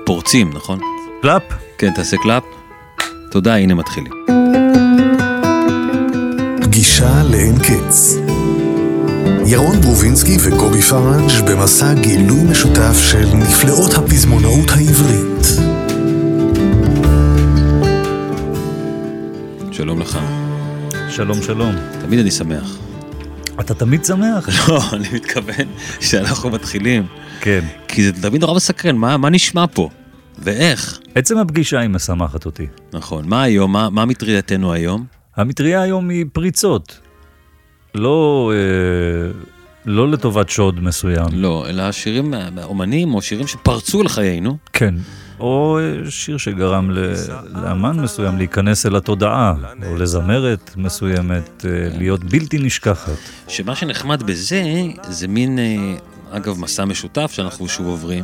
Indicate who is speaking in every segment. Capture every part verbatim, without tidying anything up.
Speaker 1: פורצים, נכון?
Speaker 2: קלאפ?
Speaker 1: כן, תעשה קלאפ. תודה, הנה מתחילים.
Speaker 3: פגישה לאין קץ. ירון ברובינסקי וקובי פרג' במסע גילוי משותף של נפלאות הפזמונאות העברית.
Speaker 1: שלום לך.
Speaker 2: שלום, שלום.
Speaker 1: תמיד אני שמח.
Speaker 2: אתה תמיד שמח?
Speaker 1: לא, אני מתכוון שאנחנו מתחילים.
Speaker 2: כן.
Speaker 1: כי זה תמיד נורא מסקרן, מה, מה נשמע פה? ואיך?
Speaker 2: עצם הפגישה היא משמחת אותי.
Speaker 1: נכון. מה היום? מה, מה מטרידתנו היום?
Speaker 2: המטריה היום היא פריצות. לא, אה, לא לטובת שוד מסוים.
Speaker 1: לא, אלא שירים, אומנים או שירים שפרצו לחיינו.
Speaker 2: כן. או שיר שגרם לאמן מסוים להיכנס אל התודעה, או לזמרת מסוימת להיות בלתי נשכחת.
Speaker 1: שמה שנחמד בזה, זה מין, אגב, מסע משותף שאנחנו שוב עוברים.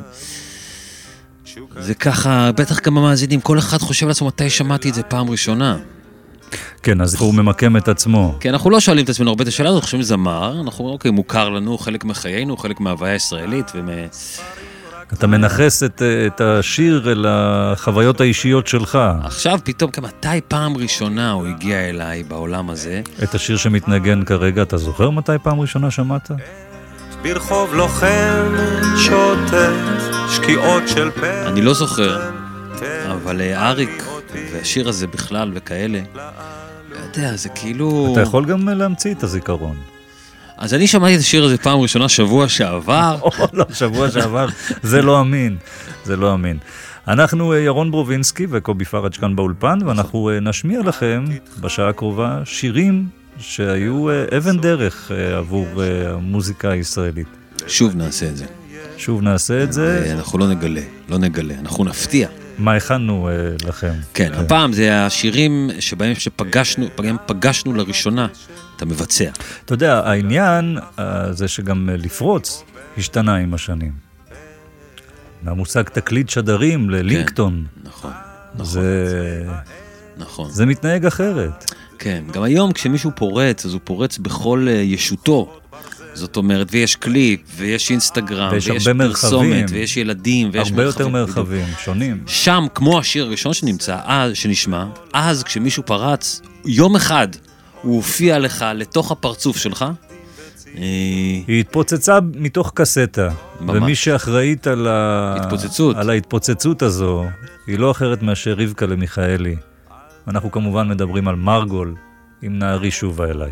Speaker 1: זה ככה, בטח גם המאזינים, כל אחד חושב לעצמו מתי שמעתי את זה פעם ראשונה.
Speaker 2: כן, אז הוא ממקם את עצמו.
Speaker 1: כן, אנחנו לא שואלים את עצמנו הרבה את השאלה, אנחנו חושבים זמר, אנחנו, אוקיי, מוכר לנו, חלק מחיינו, חלק מההוויה הישראלית, ומה...
Speaker 2: אתה מנחס את, את השיר אל החוויות האישיות שלך.
Speaker 1: עכשיו פתאום כמתי פעם ראשונה הוא הגיע אליי בעולם הזה.
Speaker 2: את השיר שמתנגן כרגע, אתה זוכר מתי פעם ראשונה שמעת?
Speaker 4: ברחוב לוחם שוטט שקיעות של פר.
Speaker 1: אני לא זוכר, אבל אריק והשיר הזה בכלל וכאלה, אתה יודע, זה כאילו...
Speaker 2: אתה יכול גם להמציא את הזיכרון.
Speaker 1: אז אני שמעתי את השיר הזה פעם ראשונה שבוע שעבר.
Speaker 2: לא, שבוע שעבר. זה לא אמין. זה לא אמין. אנחנו ירון ברובינסקי וקובי פרג' כאן באולפן, ואנחנו נשמיע לכם בשעה הקרובה שירים שהיו אבן דרך עבור המוזיקה הישראלית.
Speaker 1: שוב נעשה את זה.
Speaker 2: שוב נעשה את זה.
Speaker 1: אנחנו לא נגלה, לא נגלה, אנחנו נפתיע. מה
Speaker 2: הכנו לכם?
Speaker 1: כן, הפעם זה השירים שבהם שפגשנו, בהם פגשנו לראשונה את המבצע.
Speaker 2: אתה יודע, העניין זה שגם לפרוץ השתנה עם השנים. מהמושג תקליט שדרים ללינקטון.
Speaker 1: נכון,
Speaker 2: נכון.
Speaker 1: נכון.
Speaker 2: זה מתנהג אחרת.
Speaker 1: כן, גם היום כשמישהו פורץ, אז הוא פורץ בכל ישותו. זאת אומרת, ויש קליפ, ויש אינסטגרם, ויש, ויש פרסומת, ויש ילדים, ויש
Speaker 2: הרבה יותר מרחבים, שונים.
Speaker 1: שם, כמו השיר הראשון שנמצא, אז, שנשמע, אז כשמישהו פרץ, יום אחד הוא הופיע לך לתוך הפרצוף שלך.
Speaker 2: היא התפוצצה מתוך קסטה, ומי שאחראית על, ה... על ההתפוצצות הזו, היא לא אחרת מאשר רבקה למיכאלי. אנחנו כמובן מדברים על מרגול, עם נערי שובה אליי.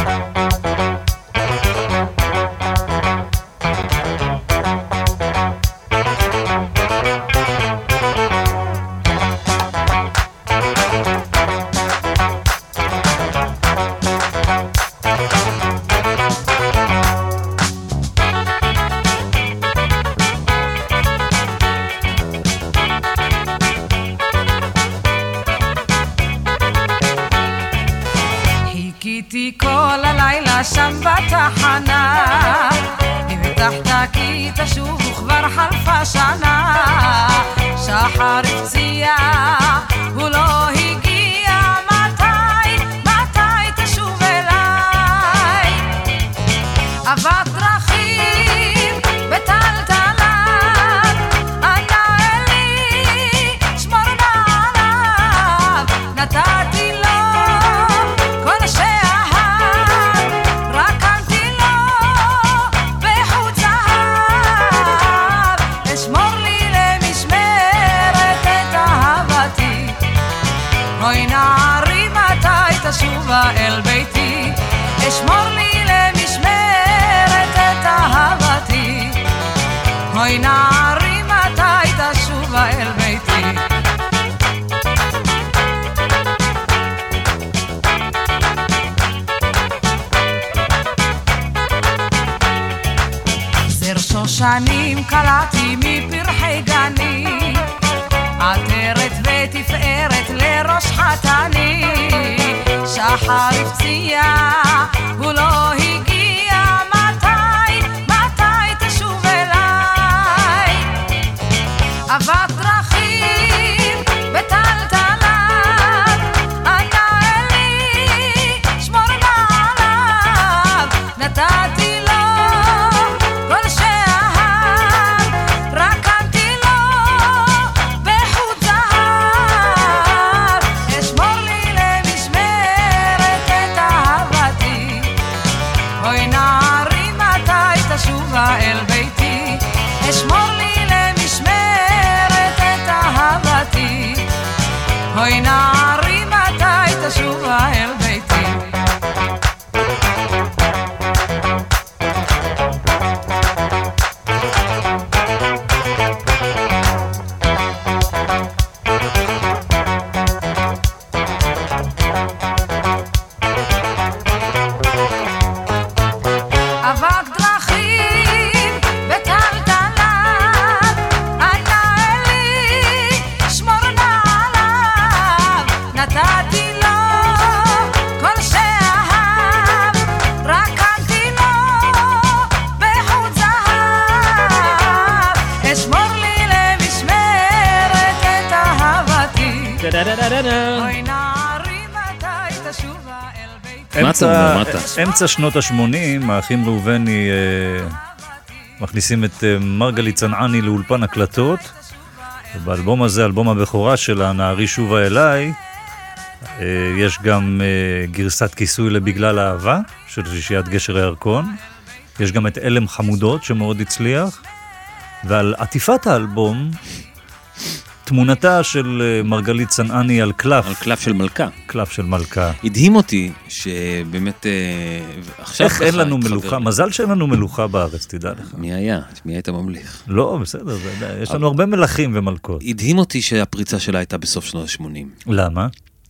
Speaker 5: שם בתחנה הבטחת כי תשוב וכבר חלפה שנה שחר הפציע הוא לא הגיע מתי מתי תשוב אליי עבד דרכים בטלטלן אנא אלי שמור נעליו נתתי לו כל השם אל ביתי אשמור לי למשמרת את אהבתי אוי נערי מתי תשובה אל ביתי זר שושנים קלעתי מפרחי גני עטרת ותפארת לראש חתני שחר הפציע הוא לא הגיע מתי מתי תשוב אליי עבד דרכים בטלטלן אנא אלי שמור נעליו נתתי לו כל שאהב רקמתי לו אשמור לי למשמרת את אהבתי. אוי נערי מתי תשובה אל ביתי.
Speaker 2: אמצע, אמצע שנות ה-שמונים, האחים ראובני אה, מכניסים את אה, מרגלית צנעני לאולפן הקלטות, ובאלבום הזה, אלבום הבכורה של הנערי שובה אליי, אה, יש גם אה, גרסת כיסוי לבגלל האהבה, של שישיית גשר הירקון, יש גם את אלם חמודות שמאוד הצליח, ועל עטיפת האלבום, תמונתה של מרגלית צנעני על קלף.
Speaker 1: על קלף של מלכה.
Speaker 2: קלף של מלכה.
Speaker 1: הדהים אותי שבאמת עכשיו...
Speaker 2: איך אין לנו מלוכה? מזל שאין לנו מלוכה בארץ, תדע לך.
Speaker 1: מי היה? מי היית ממליך?
Speaker 2: לא, בסדר, יש לנו הרבה מלכים ומלכות.
Speaker 1: הדהים אותי שהפריצה שלה הייתה בסוף שנות ה-שמונים.
Speaker 2: למה?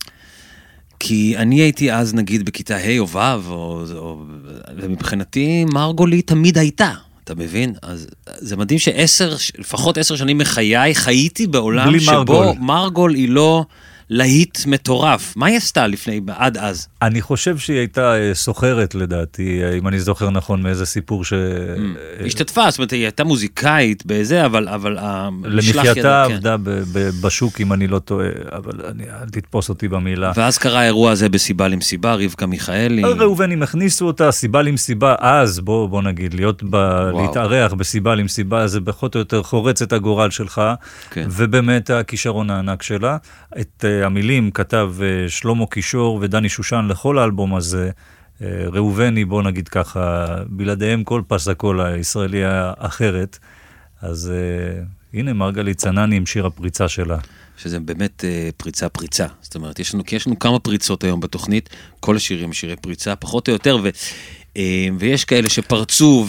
Speaker 1: כי אני הייתי אז נגיד בכיתה ה' או ו', ומבחינתי מרגולי תמיד הייתה. אתה מבין? אז זה מדהים שעשר, לפחות עשר שנים מחיי, חייתי בעולם שבו מרגול. מרגול היא לא להיט מטורף. מה היא עשתה לפני, עד אז?
Speaker 2: אני חושב שהיא הייתה סוחרת לדעתי, אם אני זוכר נכון מאיזה סיפור ש...
Speaker 1: השתתפה, זאת אומרת, היא הייתה מוזיקאית בזה, אבל... אבל
Speaker 2: למחייתה עבדה בשוק, אם אני לא טועה, אבל אני, אל תתפוס אותי במילה.
Speaker 1: ואז קרה האירוע הזה בסיבה למסיבה, רבקה מיכאלי.
Speaker 2: ראובנים הכניסו אותה, סיבה למסיבה, אז בוא, בוא נגיד, להיות ב... להתארח בסיבה למסיבה, זה פחות או יותר חורץ את הגורל שלך, כן. ובאמת הכישרון הענק שלה. את המילים כתב שלמה קישור ודני שושן לכל האלבום הזה, ראובני, בוא נגיד ככה, בלעדיהם כל פס הקול הישראלי האחרת, אז uh, הנה מרגלית צנעני עם שיר הפריצה שלה.
Speaker 1: שזה באמת uh, פריצה פריצה, זאת אומרת, יש לנו, כי יש לנו כמה פריצות היום בתוכנית, כל השירים שירי פריצה, פחות או יותר, ו, uh, ויש כאלה שפרצו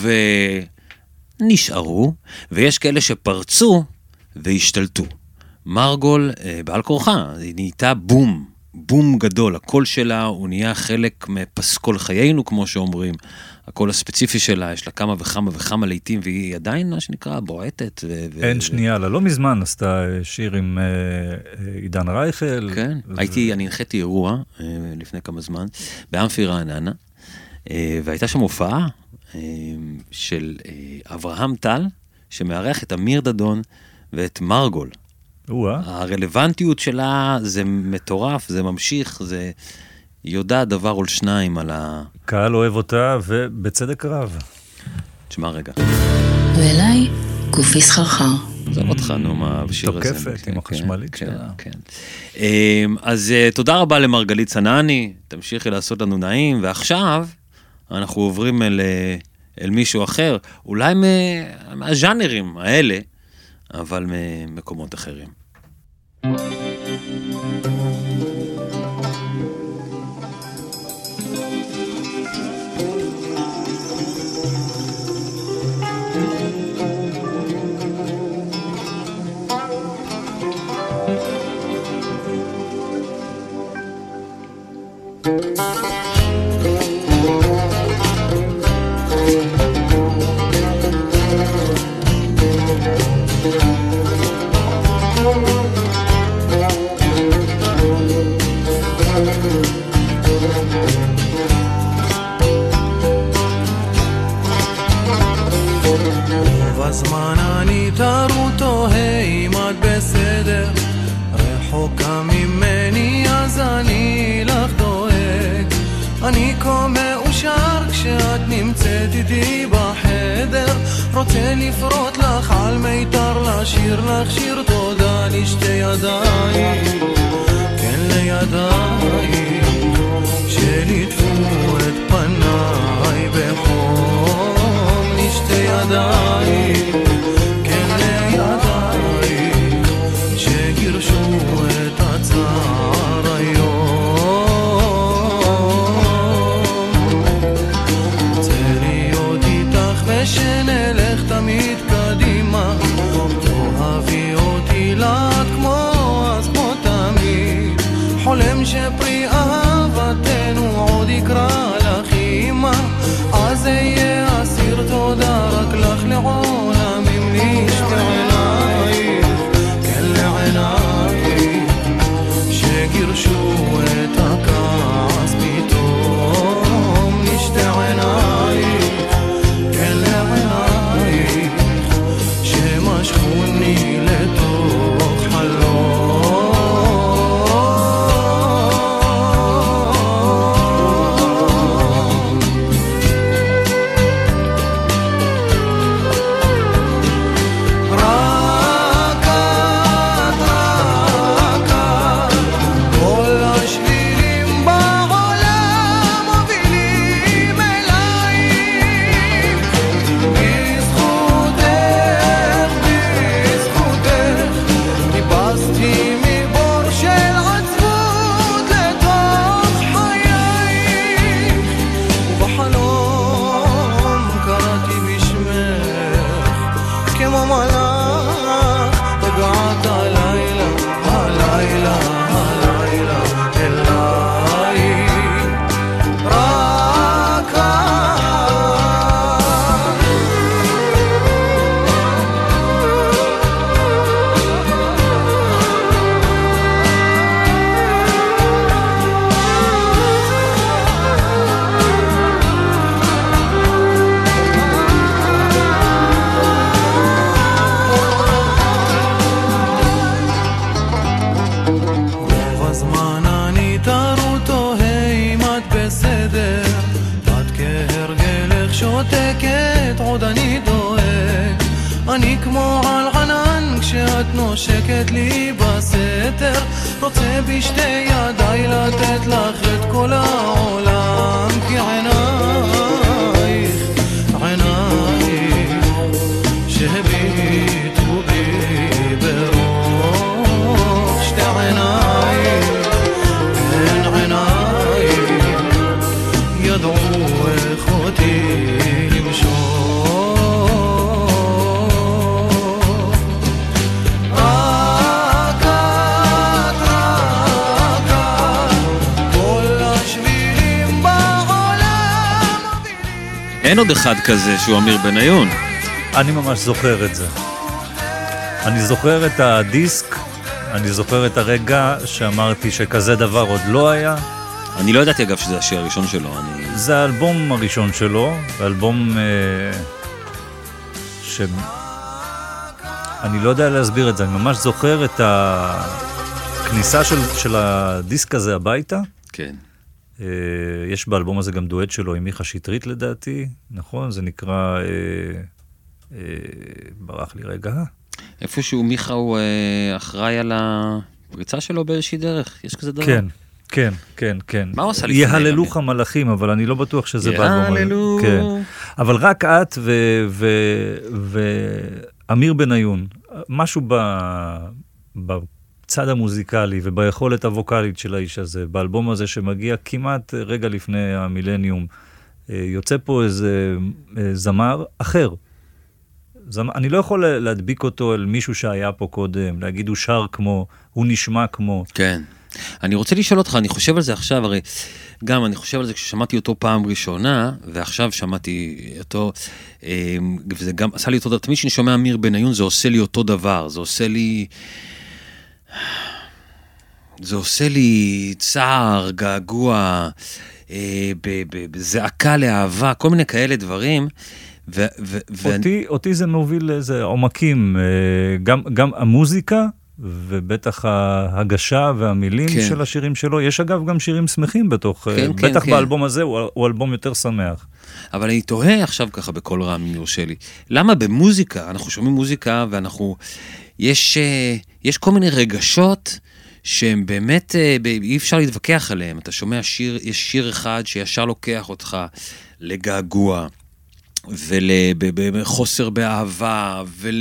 Speaker 1: ונשארו, ויש כאלה שפרצו והשתלטו. מרגול, בעל כורחה, היא נהייתה בום, בום גדול, הקול שלה הוא נהיה חלק מפסקול חיינו, כמו שאומרים, הקול הספציפי שלה, יש לה כמה וכמה וכמה לעיתים, והיא עדיין, מה שנקרא, בועטת. ו-
Speaker 2: אין
Speaker 1: ו-
Speaker 2: שנייה לה, לא מזמן עשתה שיר עם uh, עידן רייכל.
Speaker 1: כן, ו- הייתי, אני הנחיתי אירוע, uh, לפני כמה זמן, באמפי רעננה, uh, והייתה שם הופעה uh, של uh, אברהם טל, שמארח את אמיר דדון ואת מרגול. הרלוונטיות שלה זה מטורף, זה ממשיך, זה יודע דבר או שניים על ה...
Speaker 2: קהל אוהב אותה ובצדק רב.
Speaker 1: תשמע רגע.
Speaker 6: ואליי גופי סחרחר.
Speaker 1: עזוב אותך, נו, מה בשיר הזה.
Speaker 2: תוקפת עם החשמלית שלה.
Speaker 1: כן. אז תודה רבה למרגלית צנעני, תמשיכי לעשות לנו נעים, ועכשיו אנחנו עוברים אל מישהו אחר, אולי מהז'אנרים האלה, אבל ממקומות אחרים.
Speaker 7: בזמן אני תרו תוהה אם את בסדר, רחוקה ממני אז אני לך דואג. אני כה מאושר כשאת נמצאת איתי בחדר, רוצה לפרוט לך על מיתר, לשיר לך שיר תודה לשתי ידיים, כן לידיים שליטפו את פניי בחום, לשתי ידיים אני כמו על ענן כשאת נושקת לי בסתר, רוצה בשתי ידיי לתת לך את כל העולם, כי עינייך, עינייך שהביטו בי ברוב שתי עינייך, הן עינייך ידעו איך אותי למשוך.
Speaker 1: אין עוד אחד כזה שהוא אמיר בניון.
Speaker 2: אני ממש זוכר את זה. אני זוכר את הדיסק, אני זוכר את הרגע שאמרתי שכזה דבר עוד לא היה.
Speaker 1: אני לא ידעתי אגב שזה השיר הראשון שלו. אני...
Speaker 2: זה האלבום הראשון שלו, האלבום אה, ש... אני לא יודע להסביר את זה, אני ממש זוכר את הכניסה של, של הדיסק הזה הביתה.
Speaker 1: כן.
Speaker 2: אה, יש באלבום הזה גם דואט שלו עם מיכה שטרית לדעתי, נכון? זה נקרא... אה, אה, ברח לי רגע.
Speaker 1: איפשהו מיכה הוא אה, אחראי על הפריצה שלו באיזושהי דרך, יש כזה דבר?
Speaker 2: כן. כן, כן, כן.
Speaker 1: מה הוא עשה לפני?
Speaker 2: יהללוך המלאכים, אבל אני לא בטוח שזה באלבום.
Speaker 1: יהללוך.
Speaker 2: כן. אבל רק את ואמיר בניון, משהו בצד המוזיקלי וביכולת הווקלית של האיש הזה, באלבום הזה שמגיע כמעט רגע לפני המילניום, יוצא פה איזה זמר אחר. אני לא יכול להדביק אותו אל מישהו שהיה פה קודם, להגיד הוא שר כמו, הוא נשמע כמו.
Speaker 1: כן. אני רוצה לשאול אותך, אני חושב על זה עכשיו, הרי גם אני חושב על זה כששמעתי אותו פעם ראשונה, ועכשיו שמעתי אותו, וזה גם עשה לי אותו דבר, תמיד שאני שומע אמיר בניון, זה עושה לי אותו דבר, זה עושה לי, זה עושה לי צער, געגוע, בזעקה לאהבה, כל מיני כאלה דברים, ו- ו-
Speaker 2: אותי, ו- אותי זה מוביל לאיזה עומקים, גם, גם המוזיקה, ובטח ההגשה והמילים כן. של השירים שלו, יש אגב גם שירים שמחים בתוך, כן, בטח כן, באלבום כן. הזה הוא, הוא אלבום יותר שמח.
Speaker 1: אבל אני תוהה עכשיו ככה בכל רם, אם יורשה לי, למה במוזיקה, אנחנו שומעים מוזיקה ואנחנו, יש, יש כל מיני רגשות שהם באמת, אי אפשר להתווכח עליהם, אתה שומע שיר, יש שיר אחד שישר לוקח אותך לגעגוע, ולחוסר באהבה,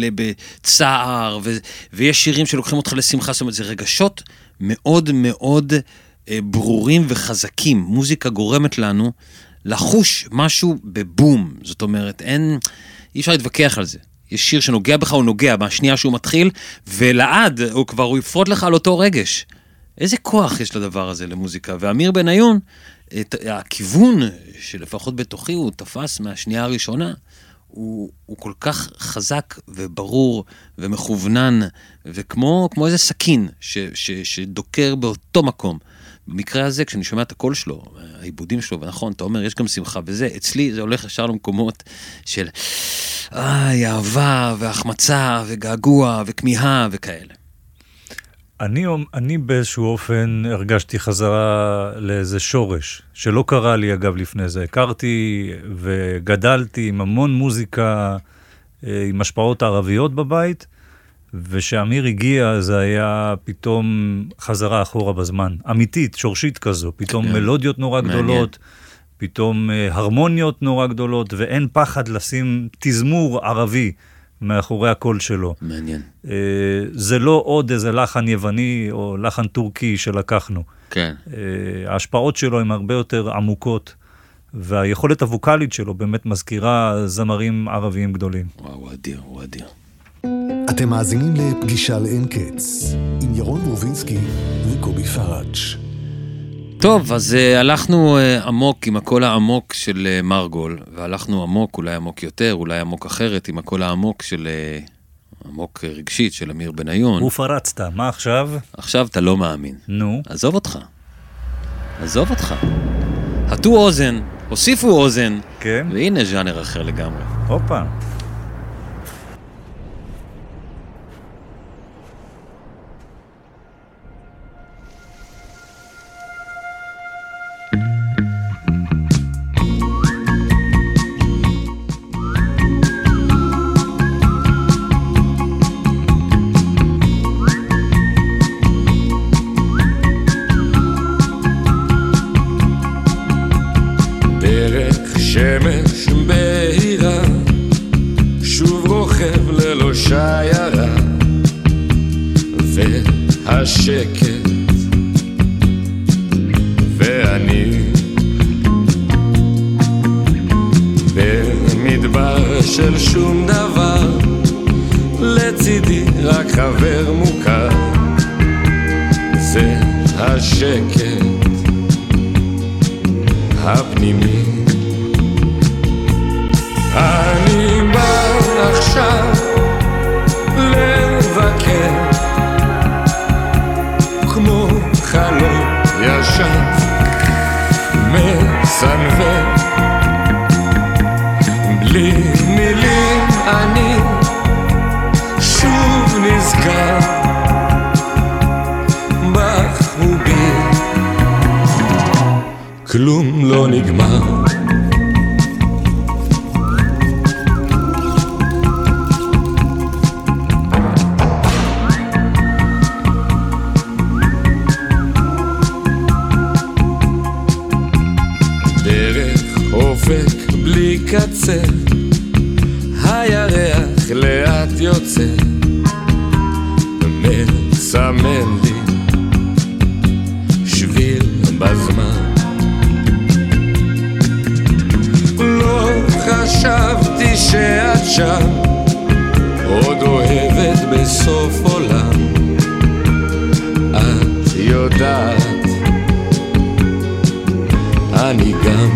Speaker 1: ולבצער, ו... ויש שירים שלוקחים אותך לשמחה, זאת אומרת, זה רגשות מאוד מאוד אה, ברורים וחזקים. מוזיקה גורמת לנו לחוש משהו בבום, זאת אומרת, אין, אי אפשר להתווכח על זה. יש שיר שנוגע בך, הוא נוגע בשנייה שהוא מתחיל, ולעד הוא כבר, הוא יפרוט לך על אותו רגש. איזה כוח יש לדבר הזה למוזיקה? ואמיר בניון, את הכיוון שלפחות בתוכי הוא תפס מהשנייה הראשונה, הוא, הוא כל כך חזק וברור ומכוונן, וכמו כמו איזה סכין ש, ש, שדוקר באותו מקום. במקרה הזה, כשאני שומע את הקול שלו, העיבודים שלו, ונכון, אתה אומר, יש גם שמחה וזה, אצלי זה הולך ישר למקומות של איי, אהבה והחמצה וגעגוע וכמיהה וכאלה.
Speaker 2: אני, אני באיזשהו אופן הרגשתי חזרה לאיזה שורש, שלא קרה לי אגב לפני זה. הכרתי וגדלתי עם המון מוזיקה, עם השפעות ערביות בבית, ושאמיר הגיע זה היה פתאום חזרה אחורה בזמן. אמיתית, שורשית כזו, פתאום מלודיות נורא גדולות, פתאום הרמוניות נורא גדולות, ואין פחד לשים תזמור ערבי מאחורי הקול שלו.
Speaker 1: מעניין.
Speaker 2: זה לא עוד איזה לחן יווני או לחן טורקי שלקחנו.
Speaker 1: כן.
Speaker 2: ההשפעות שלו הן הרבה יותר עמוקות, והיכולת הווקלית שלו באמת מזכירה זמרים ערביים גדולים.
Speaker 1: וואו, הוא אדיר, הוא אדיר.
Speaker 3: אתם מאזינים לפגישה לאין קץ, עם ירון ברובינסקי וקובי פראג'.
Speaker 1: טוב, אז uh, הלכנו uh, עמוק עם הקול העמוק של uh, מרגול, והלכנו עמוק, אולי עמוק יותר, אולי עמוק אחרת, עם הקול העמוק של, uh, עמוק רגשית של אמיר בניון.
Speaker 2: ופרצת, מה עכשיו?
Speaker 1: עכשיו אתה לא מאמין.
Speaker 2: נו.
Speaker 1: עזוב אותך. עזוב אותך. הטו אוזן, הוסיפו אוזן,
Speaker 2: כן.
Speaker 1: והנה ז'אנר אחר לגמרי.
Speaker 2: הופה.
Speaker 8: העיירה והשקט ואני במדבר של שום דבר, לצידי רק חבר מוכר, זה השקט הפנימי. אני בא עכשיו לבקר כמו חלום ישן מסנוור, בלי מילים אני שוב נזכר בך ובי, כלום לא נגמר. בלי קצה, הירח לאט יוצא, מסמן לי שביל בזמן. לא חשבתי שאת שם, עוד אוהבת בסוף עולם. את יודעת, אני גם.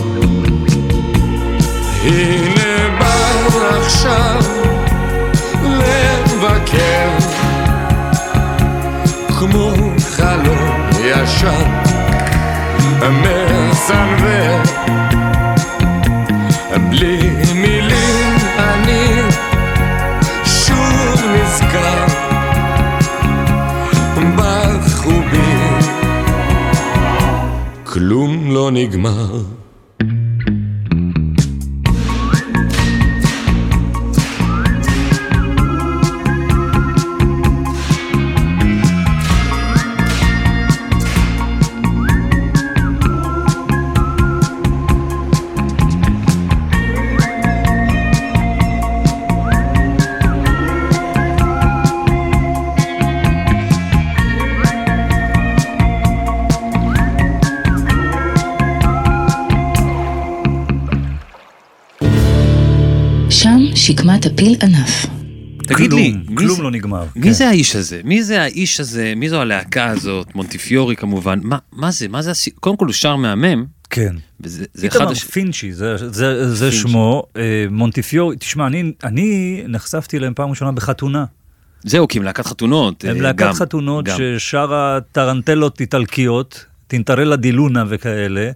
Speaker 8: הנה בא עכשיו לבקר כמו חלום ישן מסנוור, בלי מילים אני שוב נזכר בך ובי, כלום לא נגמר.
Speaker 6: שקמת הפיל ענף.
Speaker 1: תגיד לי,
Speaker 2: כלום לא נגמר.
Speaker 1: מי זה האיש הזה? מי זה האיש הזה? מי זו הלהקה הזאת? מונטיפיורי כמובן. מה זה? מה זה? קודם כל הוא שר מהמם.
Speaker 2: כן. איתמר פינצ'י, זה שמו. מונטיפיורי, תשמע, אני נחשפתי להם פעם ראשונה בחתונה.
Speaker 1: זהו, כי הם להקת חתונות.
Speaker 2: הם להקת חתונות ששרה טרנטלות איטלקיות, טינטרלה דילונה וכאלה.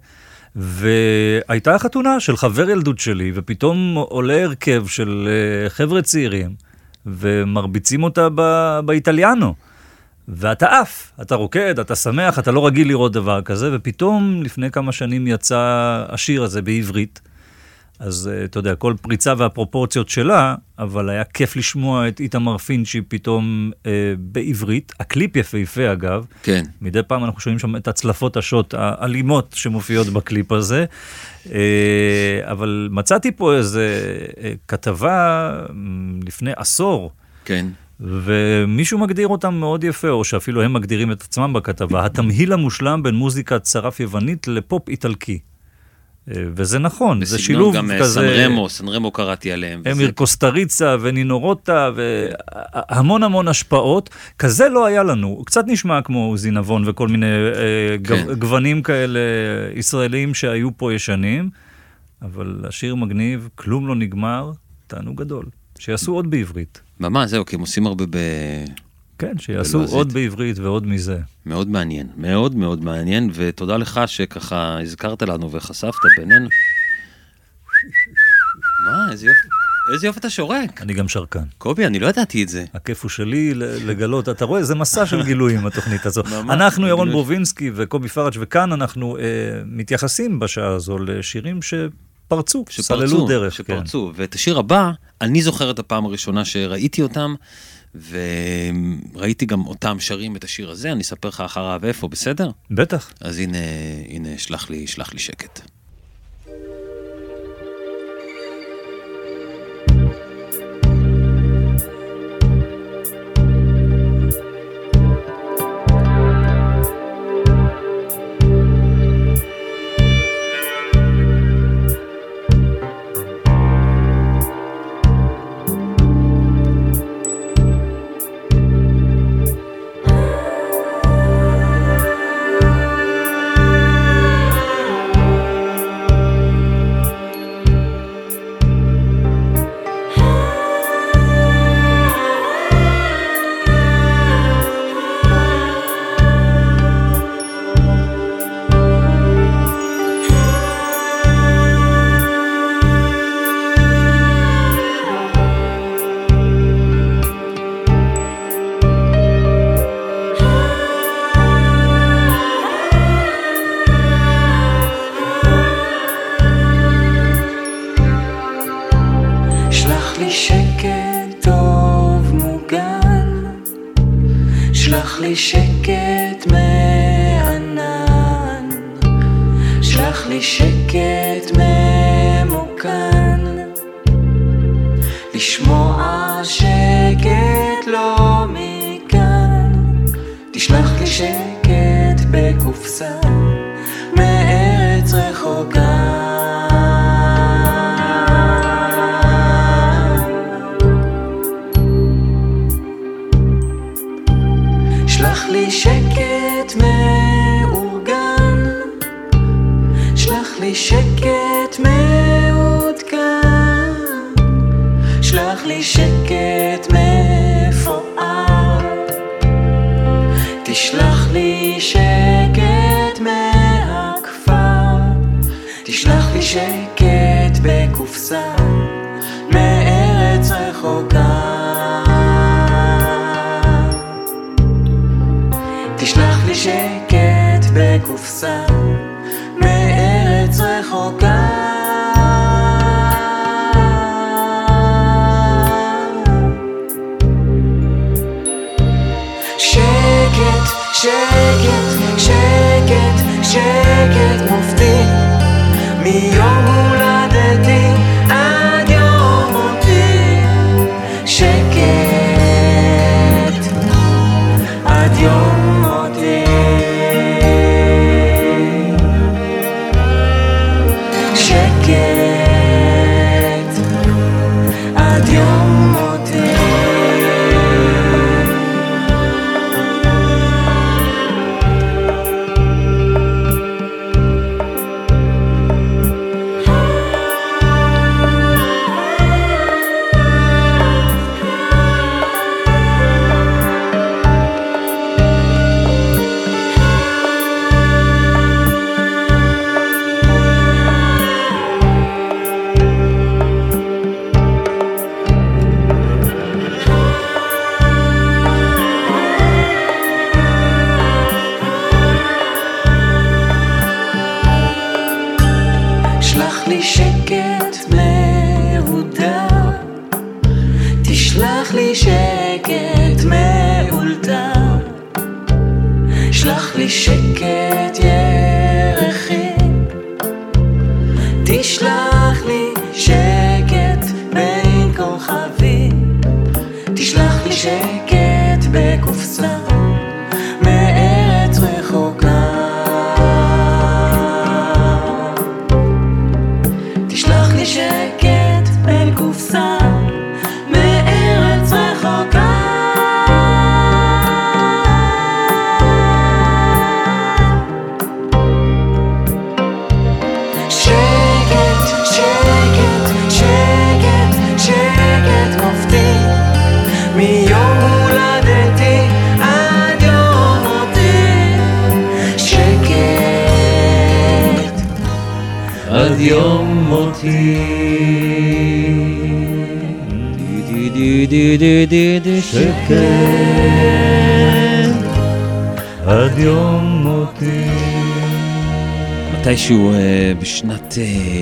Speaker 2: והייתה חתונה של חבר ילדות שלי, ופתאום עולה הרכב של חבר'ה צעירים, ומרביצים אותה באיטליאנו. ואתה אף, אתה רוקד, אתה שמח, אתה לא רגיל לראות דבר כזה, ופתאום לפני כמה שנים יצא השיר הזה בעברית. אז אתה יודע, כל פריצה והפרופורציות שלה, אבל היה כיף לשמוע את איתמר פינצ'י פתאום אה, בעברית. הקליפ יפהפה אגב.
Speaker 1: כן. מדי
Speaker 2: פעם אנחנו שומעים שם את הצלפות השוט האלימות שמופיעות בקליפ הזה. אה, אבל מצאתי פה איזה אה, כתבה לפני עשור.
Speaker 1: כן.
Speaker 2: ומישהו מגדיר אותם מאוד יפה, או שאפילו הם מגדירים את עצמם בכתבה, התמהיל המושלם בין מוזיקת צרף יוונית לפופ איטלקי. וזה נכון, זה שילוב
Speaker 1: גם
Speaker 2: כזה.
Speaker 1: סנרמו, סנרמו קראתי עליהם.
Speaker 2: אמיר קוסטריצה ונינורוטה, והמון המון השפעות. כזה לא היה לנו. קצת נשמע כמו זינבון וכל מיני כן. גוונים כאלה ישראלים שהיו פה ישנים, אבל השיר מגניב, כלום לא נגמר, תענוג גדול. שיעשו עוד בעברית.
Speaker 1: ממש, זהו, כי הם עושים הרבה ב...
Speaker 2: כן, שיעשו בלועזית. עוד בעברית ועוד מזה.
Speaker 1: מאוד מעניין, מאוד מאוד מעניין, ותודה לך שככה הזכרת לנו וחשפת בינינו. מה, איזה יופי, איזה יופי אתה שורק.
Speaker 2: אני גם שרקן.
Speaker 1: קובי, אני לא ידעתי את זה.
Speaker 2: הכיף הוא שלי לגלות, אתה רואה, זה מסע של גילויים, התוכנית הזו. אנחנו, ירון ברובינסקי וקובי פראג', וכאן אנחנו אה, מתייחסים בשעה הזו לשירים שפרצו, סללו דרך.
Speaker 1: שפרצו, כן. ואת השיר הבא, אני זוכר את הפעם הראשונה שראיתי אותם, וראיתי גם אותם שרים את השיר הזה, אני אספר לך אחריו איפה, בסדר?
Speaker 2: בטח.
Speaker 1: אז הנה, הנה, שלח לי, שלח לי שקט.
Speaker 5: לי שקט מענן, שלח לי שקט ממוכן, לשמוע שקט לא מכאן, תשלח לי שקט בקופסה מארץ רחוקה. שלח לי שקט מאורגן, שלח לי שקט מעודכן, שלח לי שקט מפואר, תשלח לי שקט מהכפר, תשלח לי שקט בקופסה מארץ רחוקה. תשלח לי שקט בקופסה מארץ רחוקה. שקט, שקט, שקט, שקט מופתי מיום הולדתי עד יום מותי. שקט עד יום מותי. שקט עד יום מותי. שלח לי שקט מהודר, תשלח לי שקט מאולתר, שלח לי שקט ירחים, תשלח לי שקט בין כוכבים, תשלח לי שקט בקופסה מארץ רחוקה. תשלח לי שקט בין קופסה מארץ רחוקה. שקט, שקט, שקט, שקט מופתי מיום הולדתי עד יום מותי. שקט עד יום מותי. שקט
Speaker 2: עד יום מותי.
Speaker 1: מתישהו בשנת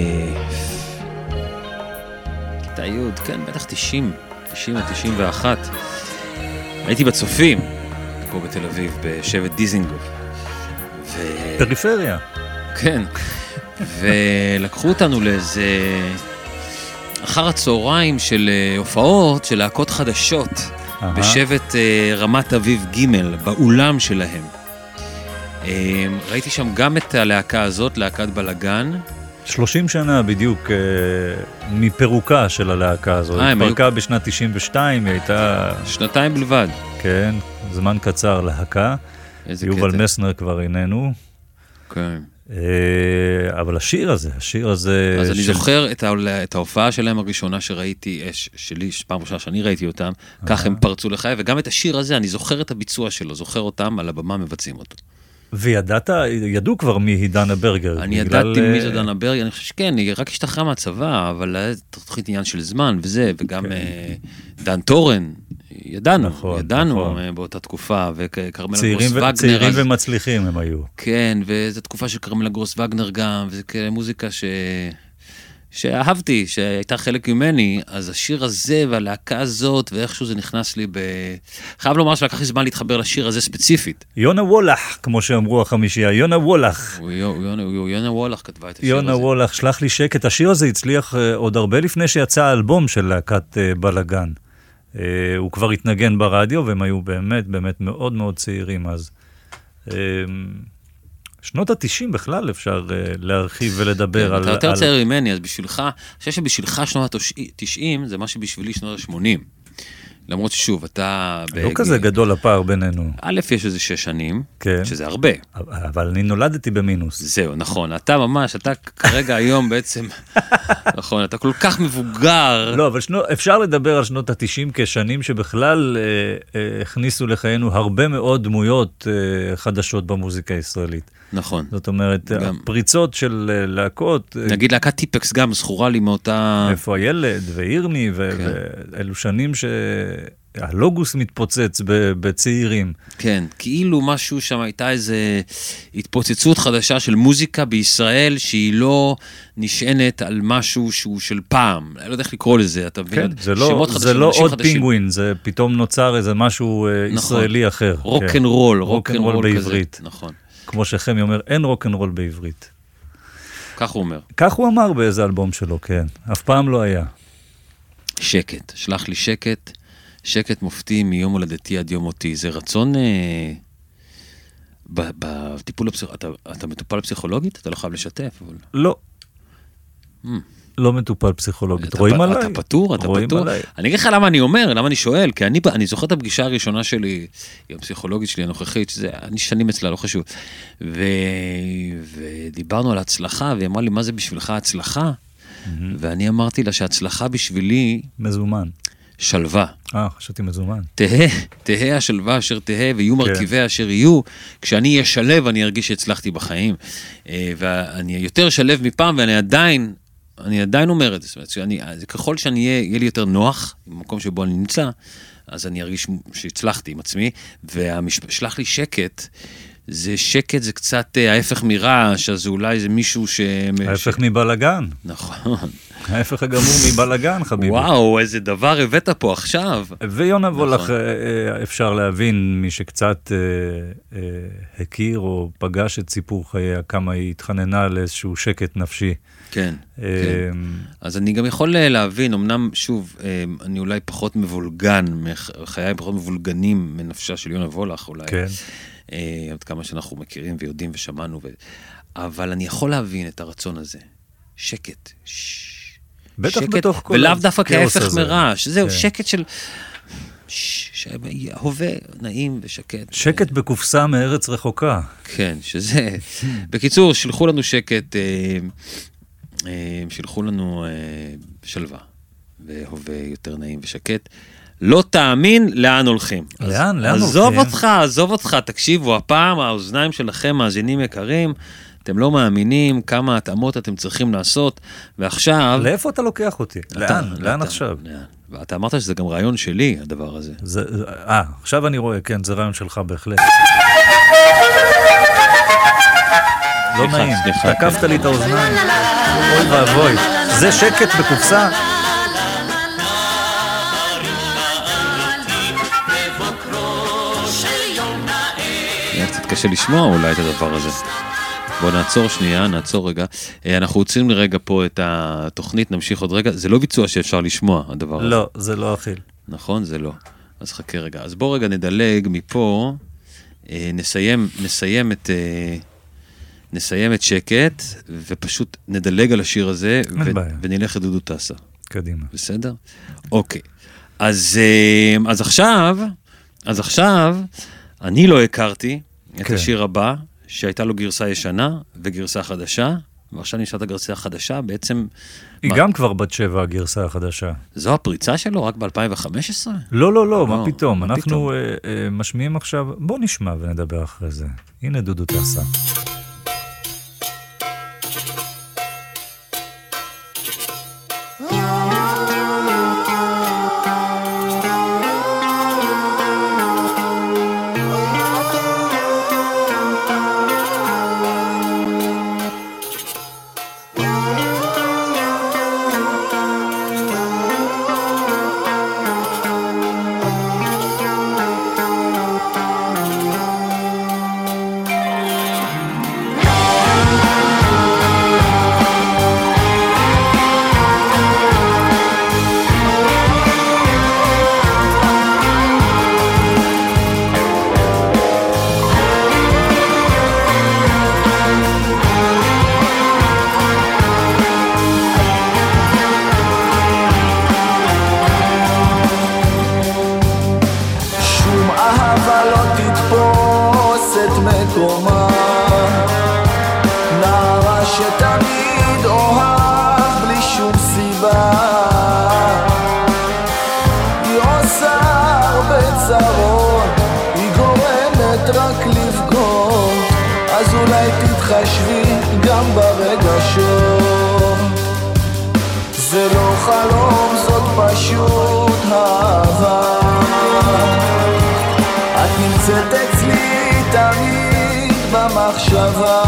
Speaker 1: כיתה י', כן, בטח תשעים, תשעים או תשעים ואחת, הייתי בצופים פה בתל אביב בשבט דיזינגוף.
Speaker 2: פריפריה.
Speaker 1: כן, ולקחו אותנו לאיזה אחר הצהריים של הופעות של להקות חדשות בשבט רמת אביב ג' באולם שלהם. ראיתי שם גם את הלהקה הזאת, להקת בלגן.
Speaker 2: שלושים שנה בדיוק מפירוקה של הלהקה הזאת. היא התפרקה בשנת תשעים ושתיים, היא הייתה...
Speaker 1: שנתיים בלבד.
Speaker 2: כן, זמן קצר להקה. יובל מסנר כבר איננו.
Speaker 1: כן.
Speaker 2: אבל השיר הזה, השיר הזה...
Speaker 1: אז אני זוכר את ההופעה שלהם הראשונה שראיתי, שלי, פעם ראשונה שאני ראיתי אותם, כך הם פרצו לחיי, וגם את השיר הזה, אני זוכר את הביצוע שלו, זוכר אותם, על הבמה מבצעים אותו.
Speaker 2: וידעת, ידעו כבר מי היא דנה ברגר.
Speaker 1: אני ידעתי מי זו דנה ברגר, אני חושב שכן, היא רק השתחררה מהצבא, אבל תוכנית עניין של זמן וזה, וגם דן טורן, ידענו, ידענו באותה תקופה, וקרמלה גרוס וגנר.
Speaker 2: צעירים ומצליחים הם היו.
Speaker 1: כן, וזו תקופה של קרמלה גרוס וגנר גם, וזו מוזיקה ש... שאהבתי, שהייתה חלק ממני, אז השיר הזה והלהקה הזאת, ואיכשהו זה נכנס לי ב... חייב לומר שלקח לי זמן להתחבר לשיר הזה ספציפית.
Speaker 2: יונה וולך, כמו שאמרו החמישייה, יונה וולך.
Speaker 1: יונה וולך כתבה את השיר הזה.
Speaker 2: יונה וולך, שלח לי שקט. השיר הזה הצליח עוד הרבה לפני שיצא האלבום של להקת בלגן. הוא כבר התנגן ברדיו, והם היו באמת, באמת מאוד מאוד צעירים אז. שנות ה-תשעים בכלל אפשר להרחיב ולדבר על...
Speaker 1: אתה יותר צעיר ממני, אז בשבילך, אני חושב שבשבילך שנות ה-תשעים זה מה שבשבילי שנות ה-שמונים. למרות ששוב, אתה...
Speaker 2: לא כזה גדול הפער בינינו.
Speaker 1: א', יש איזה שש שנים, שזה הרבה.
Speaker 2: אבל אני נולדתי במינוס.
Speaker 1: זהו, נכון. אתה ממש, אתה כרגע היום בעצם, נכון, אתה כל כך מבוגר.
Speaker 2: לא, אבל אפשר לדבר על שנות ה-תשעים כשנים שבכלל הכניסו לחיינו הרבה מאוד דמויות חדשות במוזיקה הישראלית.
Speaker 1: נכון.
Speaker 2: זאת אומרת, הפריצות של להקות...
Speaker 1: נגיד להקת טיפקס גם זכורה לי מאותה...
Speaker 2: איפה הילד ואירני, ואלו שנים שהלוגוס מתפוצץ בצעירים.
Speaker 1: כן, כאילו משהו שם הייתה איזו התפוצצות חדשה של מוזיקה בישראל, שהיא לא נשענת על משהו שהוא של פעם. אני לא יודע איך לקרוא לזה, אתה מבין?
Speaker 2: כן, זה לא עוד פינגווין, זה פתאום נוצר איזה משהו ישראלי אחר.
Speaker 1: רוק'נ'רול,
Speaker 2: רוק'נ'רול בעברית.
Speaker 1: נכון.
Speaker 2: כמו שחמי אומר, אין רוק'נ'רול בעברית.
Speaker 1: כך הוא אומר.
Speaker 2: כך הוא אמר באיזה אלבום שלו, כן. אף פעם לא היה.
Speaker 1: שקט, שלח לי שקט, שקט מופתי מיום הולדתי עד יום מותי. זה רצון... אה, בטיפול הפסיכולוגית, אתה, אתה מטופל פסיכולוגית? אתה לא חייב לשתף. אבל...
Speaker 2: לא.
Speaker 1: Hmm.
Speaker 2: לא מטופל פסיכולוגית. רואים עליי?
Speaker 1: אתה פטור, אתה פטור. אני אגיד לך למה אני אומר, למה אני שואל, כי אני, אני זוכר את הפגישה הראשונה שלי, עם הפסיכולוגית שלי הנוכחית, שזה, אני שנים אצלה, לא חשוב. ו, ודיברנו על הצלחה, והיא אמרה לי, מה זה בשבילך הצלחה? ואני אמרתי לה שההצלחה בשבילי...
Speaker 2: מזומן.
Speaker 1: שלווה.
Speaker 2: אה, חשבתי מזומן.
Speaker 1: תהה, תהה השלווה אשר תהה, ויהיו מרכיבי אשר יהיו. כשאני אהיה שלב, אני ארגיש שהצלחתי בחיים. ואני יותר שלב מפעם, ואני עדיין... אני עדיין אומר את זה, זאת אומרת, שאני, ככל שאני אהיה, יהיה לי יותר נוח, במקום שבו אני נמצא, אז אני ארגיש שהצלחתי עם עצמי, והשלח לי שקט, זה שקט, זה קצת ההפך מרעש, אז אולי זה מישהו ש...
Speaker 2: ההפך מבלגן.
Speaker 1: נכון.
Speaker 2: ההפך הגמור מבלגן, חביבי.
Speaker 1: וואו, איזה דבר הבאת פה עכשיו.
Speaker 2: ויונה וולך, אפשר להבין, מי שקצת הכיר או פגש את סיפור חייה, כמה היא התחננה לאיזשהו שקט נפשי.
Speaker 1: כן, כן. אז אני גם יכול להבין, אמנם, שוב, אני אולי פחות מבולגן, חיי פחות מבולגנים מנפשה של יונה וולך, אולי.
Speaker 2: כן.
Speaker 1: עוד כמה שאנחנו מכירים ויודעים ושמענו, אבל אני יכול להבין את הרצון הזה. שקט.
Speaker 2: בטח בתוך כל...
Speaker 1: ולאו דווקא כהפך מרעש. זהו, שקט של... הווה נעים ושקט.
Speaker 2: שקט בקופסה מארץ רחוקה.
Speaker 1: כן, שזה... בקיצור, שלחו לנו שקט, שלחו לנו שלווה, והווה יותר נעים ושקט. לא תאמין לאן הולכים.
Speaker 2: לאן? לאן הולכים?
Speaker 1: עזוב אותך, עזוב אותך, תקשיבו, הפעם האוזניים שלכם, מאזינים יקרים, אתם לא מאמינים כמה התאמות אתם צריכים לעשות, ועכשיו...
Speaker 2: לאיפה אתה לוקח אותי? לאן? לאן עכשיו?
Speaker 1: ואתה אמרת שזה גם רעיון שלי, הדבר הזה.
Speaker 2: אה, עכשיו אני רואה, כן, זה רעיון שלך בהחלט. לא נעים, תקפת לי את האוזניים. אוי ואבוי, זה שקט בקופסה.
Speaker 1: קצת קשה לשמוע אולי את הדבר הזה. בואו נעצור שנייה, נעצור רגע. אנחנו רוצים לרגע פה את התוכנית, נמשיך עוד רגע. זה לא ביצוע שאפשר לשמוע, הדבר הזה.
Speaker 2: לא, זה לא אכיל.
Speaker 1: נכון, זה לא. אז חכה רגע. אז בואו רגע נדלג מפה, נסיים, נסיים את, נסיים את שקט, ופשוט נדלג על השיר הזה, ו- ונלך לדודו טסה.
Speaker 2: קדימה.
Speaker 1: בסדר? אוקיי. אז, אז עכשיו, אז עכשיו, אני לא הכרתי את כן. השיר הבא, שהייתה לו גרסה ישנה וגרסה חדשה, ועכשיו נשארת הגרסה החדשה, בעצם...
Speaker 2: היא מה... גם כבר בת שבע, הגרסה החדשה.
Speaker 1: זו הפריצה שלו, רק ב-אלפיים וחמש עשרה?
Speaker 2: לא, לא, לא, מה פתאום? מה אנחנו פתאום? אה, אה, משמיעים עכשיו, בוא נשמע ונדבר אחרי זה. הנה דודו טסה.
Speaker 9: אהבה לא תתפוס את מקומה, נערה שתמיד אוהב בלי שום סיבה, היא עושה הרבה צרות, היא גורמת רק לבכות, אז אולי תתחשבי גם ברגשות. זה לא חלום, זאת פשוט אהבה, את נמצאת אצלי תמיד במחשבה.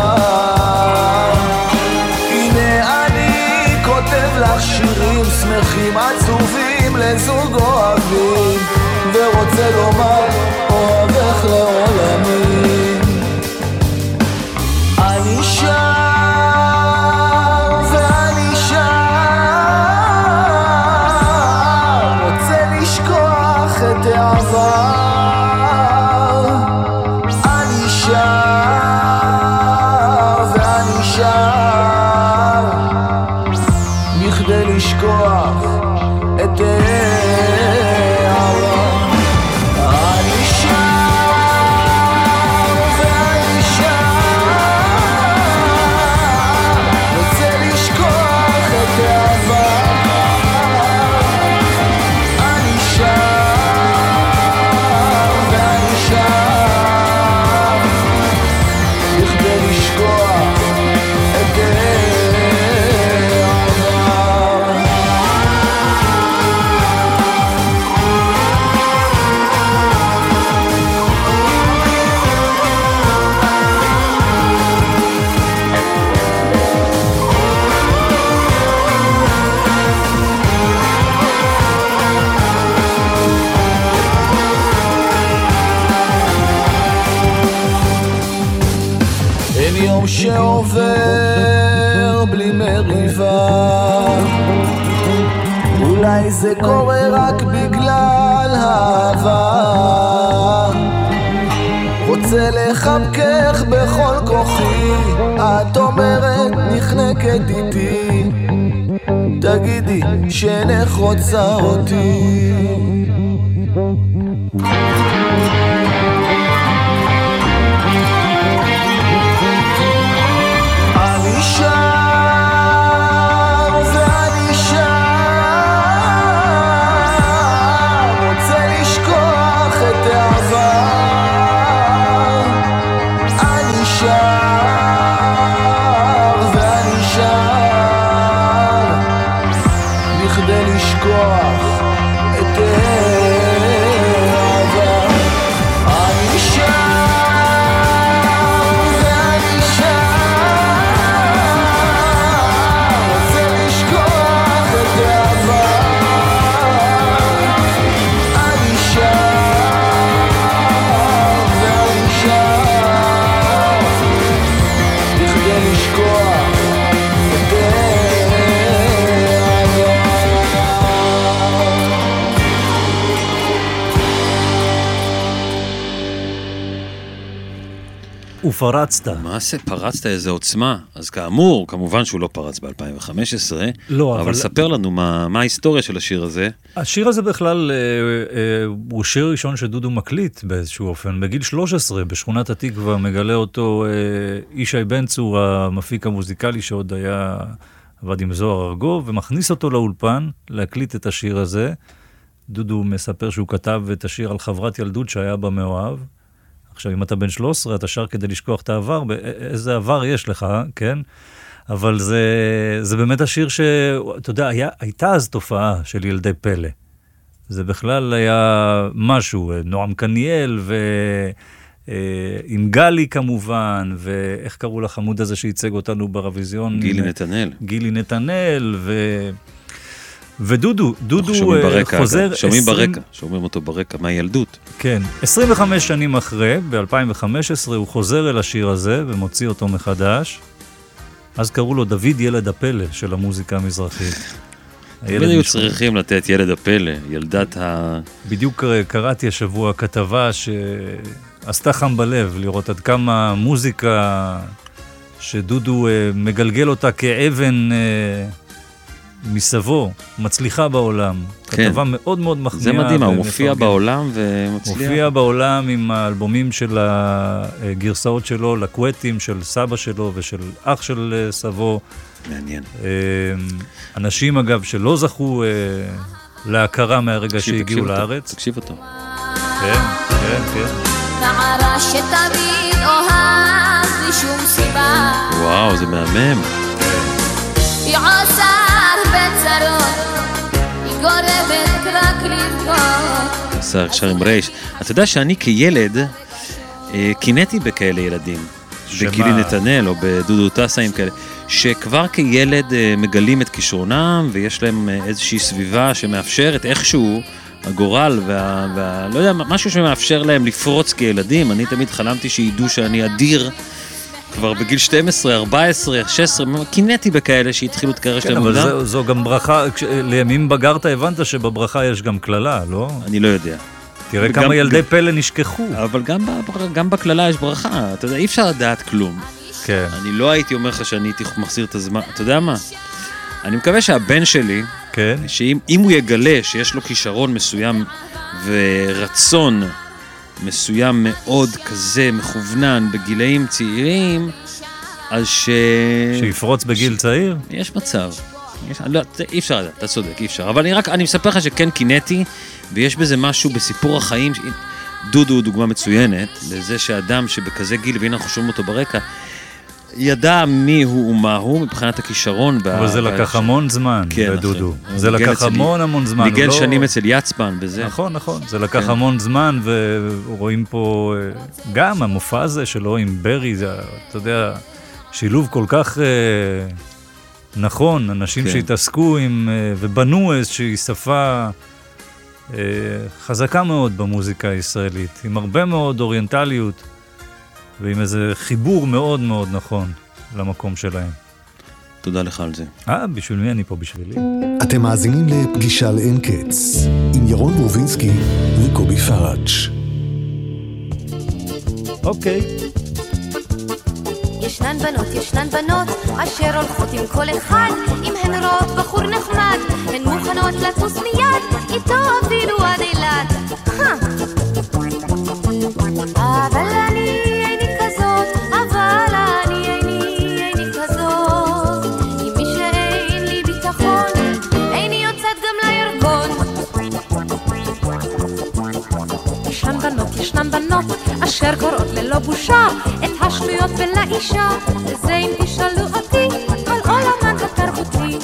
Speaker 9: הנה אני כותב לך שירים שמחים עצובים לזוג אוהבים, ורוצה לומר אוהבך לעולמים. אני שר ואני שר, רוצה לשכוח את העבר. אני שר ואני שר, בכדי לשכוח את העבר. אני שר ואני שר, רוצה לשכוח את העבר. אני שר ואני שר, בכדי לשכוח את העבר. אין יום שעובר בלי מריבה, אולי זה קורה רק בגלל אהבה. רוצה לחבקך בכל כוחי, את אומרת נחנקת איתי, תגידי שאינך רוצה אותי. אני שר ואני שר, רוצה לשכוח את העבר. אני שר ואני שר, בכדי לשכוח את העבר. אני שר ואני שר, רוצה לשכוח את העבר. אני שר ואני שר, בכדי לשכוח את העבר.
Speaker 2: ופרצת.
Speaker 1: מה זה, פרצת איזה עוצמה. אז כאמור, כמובן שהוא לא פרץ ב-אלפיים וחמש עשרה,
Speaker 2: לא,
Speaker 1: אבל,
Speaker 2: אבל
Speaker 1: ספר לנו מה, מה ההיסטוריה של השיר הזה.
Speaker 2: השיר הזה בכלל אה, אה, הוא שיר ראשון שדודו מקליט באיזשהו אופן. בגיל שלוש עשרה, בשכונת התקווה, מגלה אותו אה, ישי בן צור, המפיק המוזיקלי שעוד היה, עבד עם זוהר ארגוב, ומכניס אותו לאולפן להקליט את השיר הזה. דודו מספר שהוא כתב את השיר על חברת ילדות שהיה בה מאוהב. עכשיו, אם אתה בן שלוש עשרה, אתה שר כדי לשכוח את העבר, איזה עבר יש לך, כן? אבל זה, זה באמת השיר שאתה יודע, היה, הייתה אז תופעה של ילדי פלא. זה בכלל היה משהו, נועם קניאל ועם גלי כמובן, ואיך קראו לחמוד הזה שייצג אותנו ברוויזיון?
Speaker 1: גילי נתנאל.
Speaker 2: גילי נתנאל, ו... ודודו, דודו
Speaker 1: שומעים ברקע,
Speaker 2: חוזר...
Speaker 1: שומעים ברקע, שומעים אותו ברקע, מהילדות.
Speaker 2: כן, עשרים וחמש שנים אחרי, ב-אלפיים וחמש עשרה, הוא חוזר אל השיר הזה ומוציא אותו מחדש. אז קראו לו דוד ילד הפלא של המוזיקה המזרחית.
Speaker 1: תמיד היו צריכים לתת ילד הפלא, ילדת ה...
Speaker 2: בדיוק קראתי השבוע כתבה שעשתה חם בלב לראות עד כמה מוזיקה שדודו מגלגל אותה כאבן מסבו, מצליחה בעולם.
Speaker 1: כן.
Speaker 2: כתבה מאוד מאוד מחמיאה.
Speaker 1: זה מדהים, הוא מופיע
Speaker 2: ומפרגן.
Speaker 1: בעולם ומצליח.
Speaker 2: מופיע בעולם עם האלבומים של הגרסאות שלו, לקווטים של סבא שלו ושל אח של סבו.
Speaker 1: מעניין.
Speaker 2: אנשים אגב שלא זכו להכרה מהרגע שהגיעו לארץ.
Speaker 1: תקשיב אותו.
Speaker 2: כן, כן, כן.
Speaker 10: נערה שתמיד אוהב בלי שום סיבה.
Speaker 1: וואו, זה מהמם.
Speaker 10: היא עושה הרבה צרות, היא גורמת רק לבכות.
Speaker 1: עשה שר עם רייש. אתה יודע שאני כילד קינאתי בכאלה ילדים. בגילי נתנאל או בדודו טסה עם כאלה. שכבר כילד מגלים את כישרונם ויש להם איזושהי סביבה שמאפשרת איכשהו הגורל וה, וה... לא יודע, משהו שמאפשר להם לפרוץ כילדים. אני תמיד חלמתי שידעו שאני אדיר כבר בגיל שתים עשרה, ארבע עשרה, שש עשרה, קינאתי בכאלה שהתחילו את קריירה שלהם.
Speaker 2: כן, אבל זו, זו גם ברכה, לימים בגרת הבנת שבברכה יש גם כללה, לא?
Speaker 1: אני לא יודע.
Speaker 2: תראה וגם, כמה ילדי גם, פלא נשכחו.
Speaker 1: אבל גם, גם בכללה יש ברכה, אתה יודע, אי אפשר לדעת כלום.
Speaker 2: כן.
Speaker 1: אני לא הייתי אומר לך שאני הייתי מחזיר את הזמן, אתה יודע מה? אני מקווה שהבן שלי,
Speaker 2: כן.
Speaker 1: שאם אם הוא יגלה שיש לו כישרון מסוים ורצון מסוים מאוד כזה מכוונן בגילאים צעירים, אז ש...
Speaker 2: שיפרוץ בגיל ש... צעיר?
Speaker 1: יש מצב. יש... לא, אי אפשר לדעת, אתה צודק, אי אפשר. אבל אני רק, אני מספר לך שכן קינאתי, ויש בזה משהו בסיפור החיים, ש... דודו הוא דוגמה מצוינת, לזה שאדם שבכזה גיל, והנה אנחנו שומעים אותו ברקע, ידע מי הוא ומה הוא מבחינת הכישרון.
Speaker 2: אבל זה לקח המון זמן בדודו. זה לקח המון המון זמן.
Speaker 1: ניגן שנים אצל יצפן וזה.
Speaker 2: נכון, נכון. זה לקח המון זמן, ורואים פה גם המופע הזה שלו עם ברי, זה, אתה יודע, שילוב כל כך נכון, אנשים שהתעסקו עם, ובנו איזושהי שפה חזקה מאוד במוזיקה הישראלית, עם הרבה מאוד אוריינטליות, ועם איזה חיבור מאוד מאוד נכון למקום שלהם.
Speaker 1: תודה לך על זה.
Speaker 2: אה, בשביל מי אני פה? בשבילי.
Speaker 3: אתם מאזינים לפגישה לאין קץ, עם ירון ברובינסקי וקובי פראג'.
Speaker 2: אוקיי.
Speaker 10: ישנן בנות, ישנן בנות, אשר הולכות עם כל אחד, אם הן רואות בחור נחמד, הן מוכנות לטוס מיד, איתו אפילו עד אילת. אבל אני איני כזאת, אבל אני איני, איני כזאת. עם מי שאין לי ביטחון, איני יוצאת גם לירקון. ישנן בנות, ישנן בנות, אשר קוראות ללא בושה את השטויות בין לאישה. לזה אם תשאלו אותי, כל עולמן התרבותי.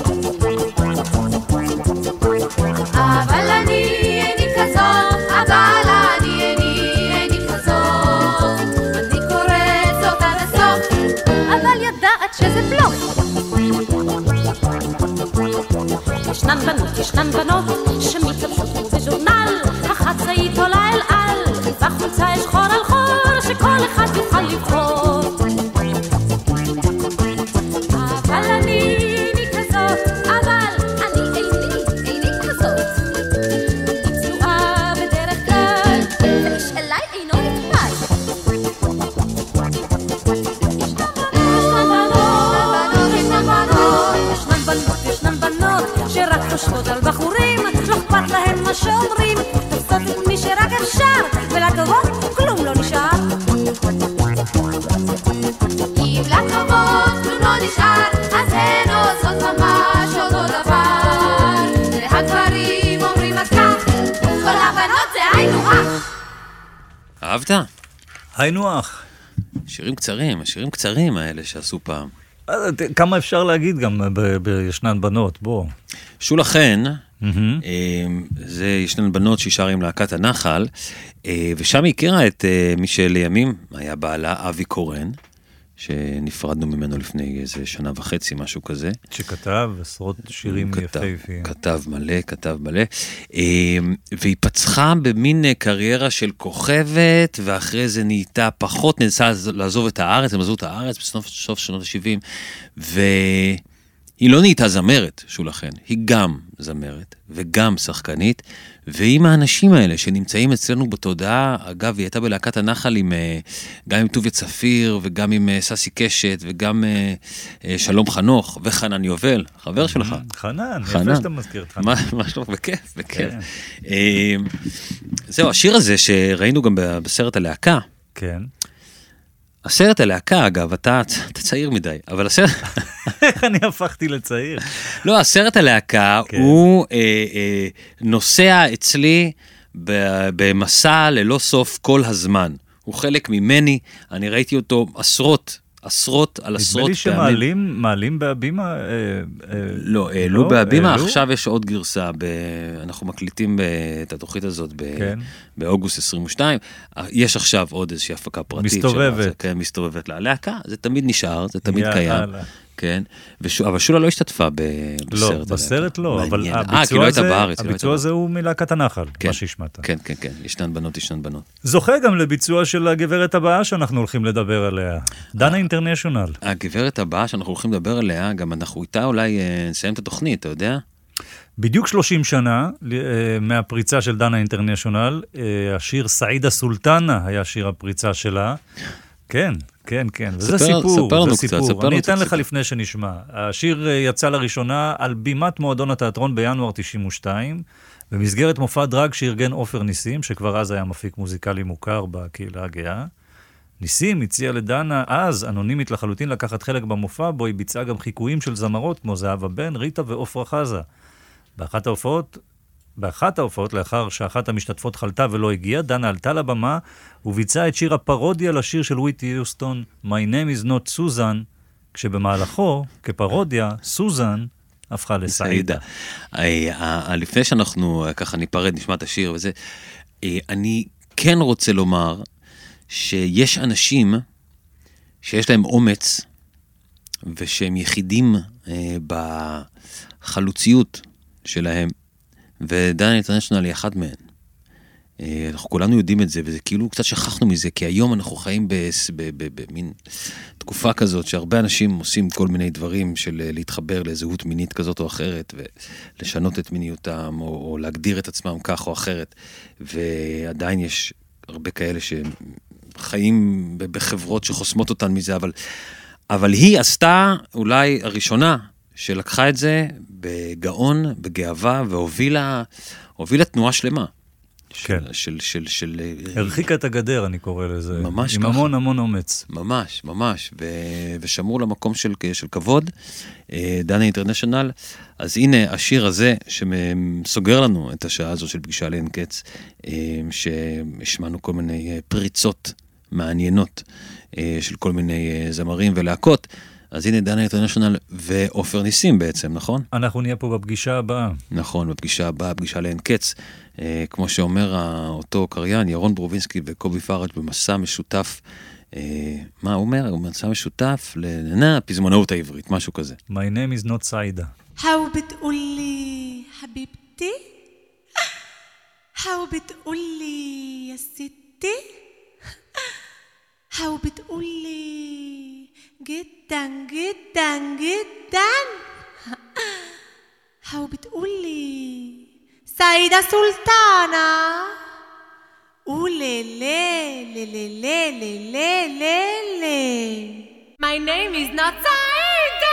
Speaker 10: אבל אני איני כזאת, אבל אני איני, איני כזאת. אני קוראת זאת עד הסוף, אבל יודעת שזה בלוף. ישנן בנות, ישנן בנות, שמתלבשות בז'ורנל, החצאית עולה אל על, בחולצה יש חור על חור, שכל אחד יוכל לבחור. אבל אני איני כזאת, אבל אני איני, איני כזאת. אני צנועה בדרך כלל, ואיש אליי אינו נטפל. ישנן בנות, ישנן בנות, ישנן בנות, שרק חושבות על בחורים, לא אכפת להם מה שאומרים, תפסות את מי שרק אפשר, ולטובות כלום לא נשאר. אם לטובות כלום לא נשאר, אז הן עושות ממש אותו דבר. והגברים אומרים אז כך, כל הבנות זה היינו אח.
Speaker 1: אהבת?
Speaker 2: היינו אח.
Speaker 1: שירים קצרים, השירים קצרים האלה שעשו פעם.
Speaker 2: כמה אפשר להגיד גם בישנן בנות, בוא.
Speaker 1: שולה חן, זה ישנן בנות ששר עם להקת הנחל, ושם היא הכירה את מי שלימים היה בעלה אבי קורן, שנפרדנו ממנו לפני איזה שנה וחצי, משהו כזה.
Speaker 2: שכתב עשרות שירים יפהפיים.
Speaker 1: כתב מלא, כתב מלא. והיא פצחה במין קריירה של כוכבת, ואחרי זה נהייתה פחות, ננסה לעזוב את הארץ, הם עזבו את הארץ בסוף שנות ה-שבעים, והיא היא לא נהייתה זמרת, שולחן, היא גם זמרת וגם שחקנית, ועם האנשים האלה שנמצאים אצלנו בתודעה, אגב, היא הייתה בלהקת הנחל עם, גם עם טוביה צפיר, וגם עם ססי קשת, וגם שלום חנוך, וחנן יובל, חבר שלך.
Speaker 2: חנן, יפה שאתה מזכיר את חנן.
Speaker 1: מה שלום, בכיף, בכיף. זהו, השיר הזה שראינו גם בסרט הלהקה,
Speaker 2: כן.
Speaker 1: הסרט הלהקה, אגב, אתה, אתה צעיר מדי, אבל הסרט...
Speaker 2: איך אני הפכתי לצעיר?
Speaker 1: לא, הסרט הלהקה כן. הוא אה, אה, נוסע אצלי במסע ללא סוף כל הזמן. הוא חלק ממני, אני ראיתי אותו עשרות, עשרות על עשרות פעמים.
Speaker 2: נדמה לי שמעלים, מעלים בהבימה? אה, אה,
Speaker 1: לא, העלו לא, בהבימה, העלו? עכשיו יש עוד גרסה, ב... אנחנו מקליטים את התוכנית הזאת ב... כן. באוגוסט עשרים ושתיים, יש עכשיו עוד איזושהי הפקה פרטית.
Speaker 2: מסתובבת.
Speaker 1: שלה, כן, מסתובבת להלהקה, זה תמיד נשאר, זה תמיד יאללה. קיים. כן, וש... אבל שולה לא השתתפה ב... בסרט.
Speaker 2: לא, בסרט לא, אבל
Speaker 1: הביצוע, 아, כי לא הזה, בארץ,
Speaker 2: הביצוע הזה הוא מלהקת הנחל,
Speaker 1: כן,
Speaker 2: מה שהשמעת.
Speaker 1: כן, כן, כן, ישנן בנות, ישנן בנות.
Speaker 2: זוכה גם לביצוע של הגברת הבאה שאנחנו הולכים לדבר עליה, דנה אינטרנשיונל.
Speaker 1: הגברת הבאה שאנחנו הולכים לדבר עליה, גם אנחנו איתה אולי נסיים את התוכנית, אתה יודע?
Speaker 2: בדיוק שלושים שנה מהפריצה של דנה אינטרנשיונל, השיר סעידה סולטנה היה שיר הפריצה שלה, כן, כן, כן, וזה סיפור, זה סיפור. אני אתן לך לפני שנשמע. השיר יצא לראשונה על בימת מועדון התיאטרון בינואר תשעים ושתיים, במסגרת מופע דרג שארגן עופר ניסים, שכבר אז היה מפיק מוזיקלי מוכר בקהילה הגאה. ניסים הציע לדנה, אז אנונימית לחלוטין, לקחת חלק במופע, בו היא ביצעה גם חיקויים של זמרות, כמו זהבה בן, ריטה ועופרה חזה. באחת ההופעות, באחת ההופעות, לאחר שאחת המשתתפות חלתה ולא הגיעה, דנה עלתה לבמה וביצעה את שיר הפרודיה לשיר של וויטני יוסטון, My name is not Susan, כשבמהלכו, כפרודיה, סוזן הפכה לסעידה.
Speaker 1: לפני שאנחנו ככה ניפרד, נשמע את השיר וזה, אני כן רוצה לומר שיש אנשים שיש להם אומץ, ושהם יחידים בחלוציות שלהם, ודנה אינטרנשיונל היא אחד מהן. אנחנו כולנו יודעים את זה, וזה כאילו קצת שכחנו מזה, כי היום אנחנו חיים במין תקופה כזאת, שהרבה אנשים עושים כל מיני דברים של להתחבר לזהות מינית כזאת או אחרת, ולשנות את מיניותם, או, או להגדיר את עצמם כך או אחרת, ועדיין יש הרבה כאלה שחיים בחברות שחוסמות אותן מזה, אבל, אבל היא עשתה אולי הראשונה, שלקחה את זה בגאון, בגאווה, והובילה הובילה תנועה שלמה.
Speaker 2: כן.
Speaker 1: של, של, של...
Speaker 2: הרחיקה את הגדר, אני קורא לזה.
Speaker 1: ממש
Speaker 2: עם
Speaker 1: ככה.
Speaker 2: המון המון אומץ.
Speaker 1: ממש, ממש. ו... ושמרו למקום של, של כבוד. דנה אינטרנשיונל. אז הנה השיר הזה, שסוגר לנו את השעה הזו של פגישה לאין קץ, שהשמענו כל מיני פריצות מעניינות של כל מיני זמרים ולהקות. אז הנה דנה אינטרנשיונל ועופר ניסים בעצם, נכון?
Speaker 2: אנחנו נהיה פה בפגישה הבאה.
Speaker 1: נכון, בפגישה הבאה, פגישה לאין קץ. אה, כמו שאומר אותו קריין, ירון ברובינסקי וקובי פראג' במסע משותף. אה, מה הוא אומר? הוא מסע משותף לנה, פזמונאות העברית, משהו כזה.
Speaker 2: My name is not סעידה.
Speaker 11: How بتقولي حبيبتي? How بتقولي يا ستي? How بتقولي جدا جدا جدا هاو بتقولي سيدة سلطانة قولي لي لي لي لي لي لي لي My name is not سعيدة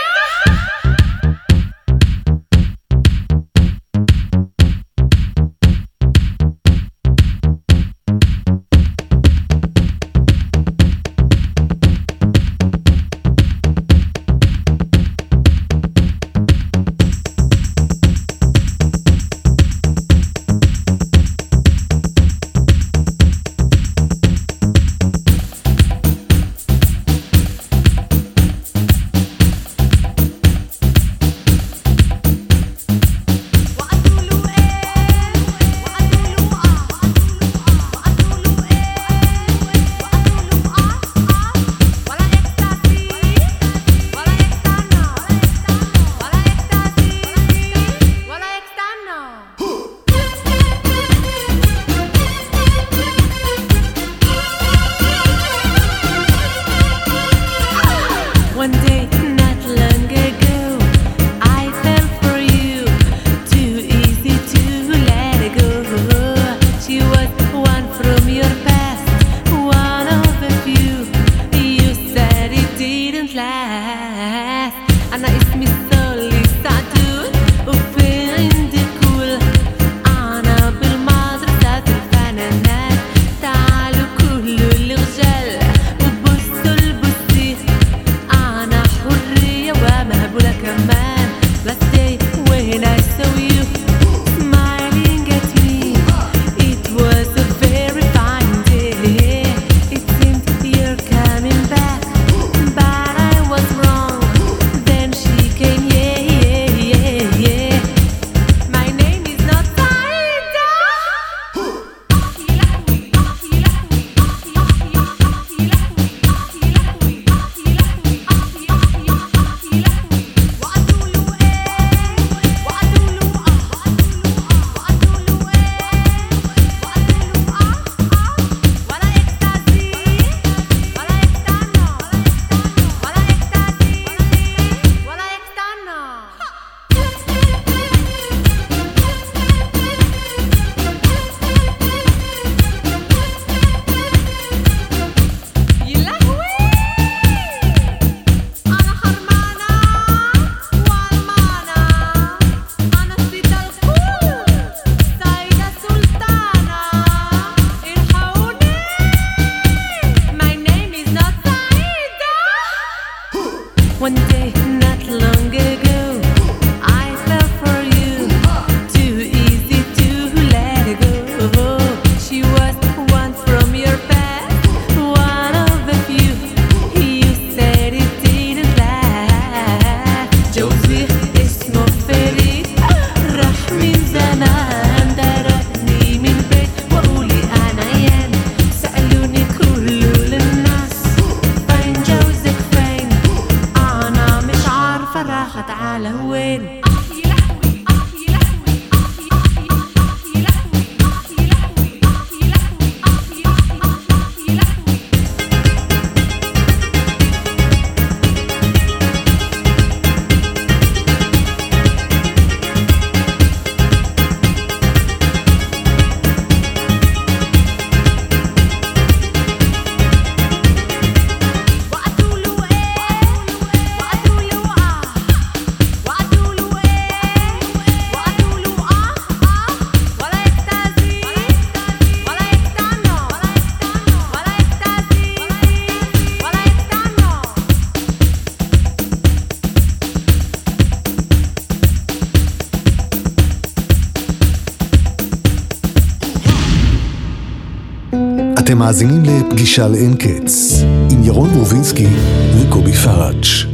Speaker 3: אתם מאזינים לפגישה לאין קץ, עם ירון ברובינסקי וקובי פראץ'.